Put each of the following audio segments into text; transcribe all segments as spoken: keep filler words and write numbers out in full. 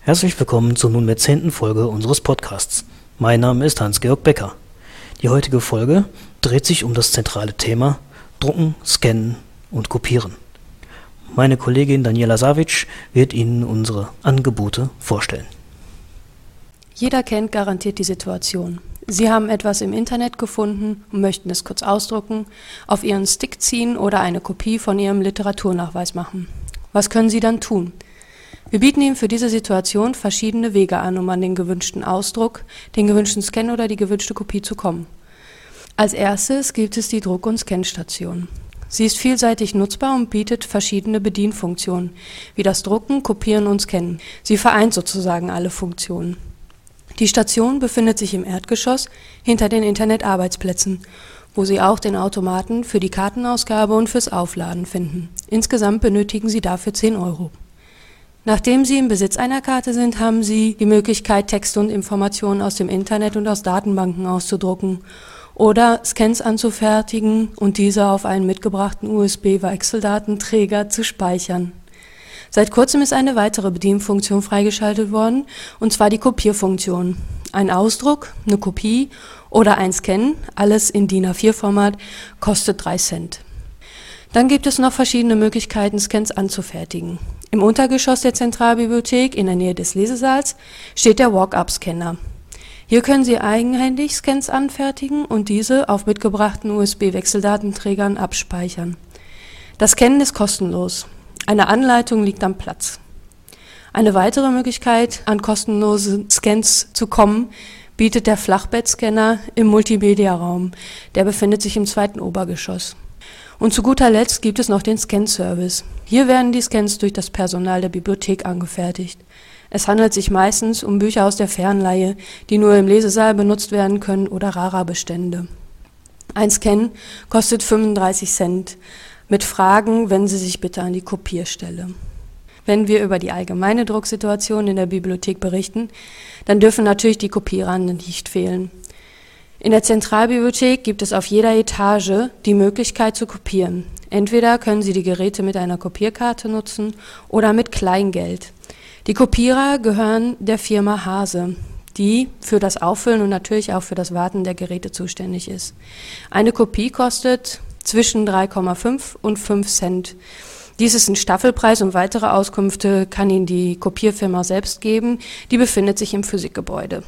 Herzlich willkommen zur nunmehr zehnten Folge unseres Podcasts. Mein Name ist Hans-Georg Becker. Die heutige Folge dreht sich um das zentrale Thema Drucken, Scannen und Kopieren. Meine Kollegin Daniela Savic wird Ihnen unsere Angebote vorstellen. Jeder kennt garantiert die Situation. Sie haben etwas im Internet gefunden und möchten es kurz ausdrucken, auf Ihren Stick ziehen oder eine Kopie von Ihrem Literaturnachweis machen. Was können Sie dann tun? Wir bieten Ihnen für diese Situation verschiedene Wege an, um an den gewünschten Ausdruck, den gewünschten Scan oder die gewünschte Kopie zu kommen. Als erstes gibt es die Druck- und Scanstation. Sie ist vielseitig nutzbar und bietet verschiedene Bedienfunktionen, wie das Drucken, Kopieren und Scannen. Sie vereint sozusagen alle Funktionen. Die Station befindet sich im Erdgeschoss hinter den Internetarbeitsplätzen, wo Sie auch den Automaten für die Kartenausgabe und fürs Aufladen finden. Insgesamt benötigen Sie dafür zehn Euro. Nachdem Sie im Besitz einer Karte sind, haben Sie die Möglichkeit, Texte und Informationen aus dem Internet und aus Datenbanken auszudrucken oder Scans anzufertigen und diese auf einen mitgebrachten U S B-Wechseldatenträger zu speichern. Seit kurzem ist eine weitere Bedienfunktion freigeschaltet worden, und zwar die Kopierfunktion. Ein Ausdruck, eine Kopie oder ein Scan, alles in DIN A vier Format, kostet drei Cent. Dann gibt es noch verschiedene Möglichkeiten, Scans anzufertigen. Im Untergeschoss der Zentralbibliothek, in der Nähe des Lesesaals, steht der Walk-up-Scanner. Hier können Sie eigenhändig Scans anfertigen und diese auf mitgebrachten U S B-Wechseldatenträgern abspeichern. Das Scannen ist kostenlos. Eine Anleitung liegt am Platz. Eine weitere Möglichkeit, an kostenlose Scans zu kommen, bietet der Flachbettscanner im Multimedia-Raum. Der befindet sich im zweiten Obergeschoss. Und zu guter Letzt gibt es noch den Scan-Service. Hier werden die Scans durch das Personal der Bibliothek angefertigt. Es handelt sich meistens um Bücher aus der Fernleihe, die nur im Lesesaal benutzt werden können, oder Rara-Bestände. Ein Scan kostet fünfunddreißig Cent. Mit Fragen wenden Sie sich bitte an die Kopierstelle. Wenn wir über die allgemeine Drucksituation in der Bibliothek berichten, dann dürfen natürlich die Kopierer nicht fehlen. In der Zentralbibliothek gibt es auf jeder Etage die Möglichkeit zu kopieren. Entweder können Sie die Geräte mit einer Kopierkarte nutzen oder mit Kleingeld. Die Kopierer gehören der Firma Hase, die für das Auffüllen und natürlich auch für das Warten der Geräte zuständig ist. Eine Kopie kostet zwischen drei Komma fünf und fünf Cent. Dies ist ein Staffelpreis, und weitere Auskünfte kann Ihnen die Kopierfirma selbst geben. Die befindet sich im Physikgebäude.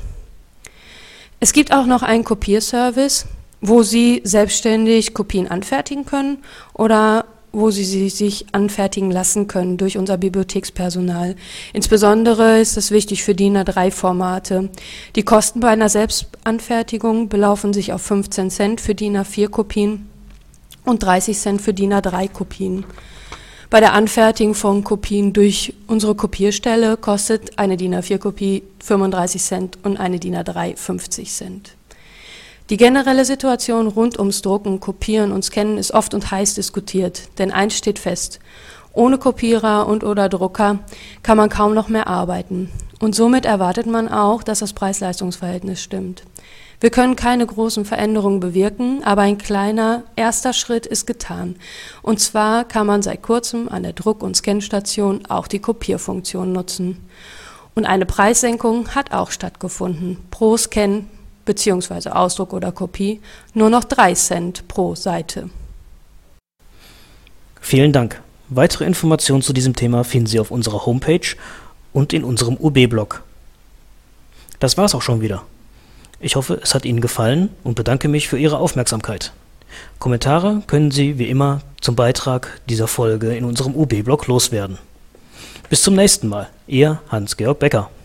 Es gibt auch noch einen Kopierservice, wo Sie selbstständig Kopien anfertigen können oder wo Sie sie sich anfertigen lassen können durch unser Bibliothekspersonal. Insbesondere ist es wichtig für DIN A drei Formate. Die Kosten bei einer Selbstanfertigung belaufen sich auf fünfzehn Cent für DIN A vier Kopien und dreißig Cent für DIN A drei Kopien. Bei der Anfertigung von Kopien durch unsere Kopierstelle kostet eine DIN A vier Kopie fünfunddreißig Cent und eine DIN A drei fünfzig Cent. Die generelle Situation rund ums Drucken, Kopieren und Scannen ist oft und heiß diskutiert, denn eins steht fest: Ohne Kopierer und oder Drucker kann man kaum noch mehr arbeiten. Und somit erwartet man auch, dass das Preis-Leistungs-Verhältnis stimmt. Wir können keine großen Veränderungen bewirken, aber ein kleiner erster Schritt ist getan. Und zwar kann man seit kurzem an der Druck- und Scanstation auch die Kopierfunktion nutzen. Und eine Preissenkung hat auch stattgefunden. Pro Scan bzw. Ausdruck oder Kopie nur noch drei Cent pro Seite. Vielen Dank. Weitere Informationen zu diesem Thema finden Sie auf unserer Homepage und in unserem U B-Blog. Das war's auch schon wieder. Ich hoffe, es hat Ihnen gefallen und bedanke mich für Ihre Aufmerksamkeit. Kommentare können Sie wie immer zum Beitrag dieser Folge in unserem U B-Blog loswerden. Bis zum nächsten Mal. Ihr Hans-Georg Becker.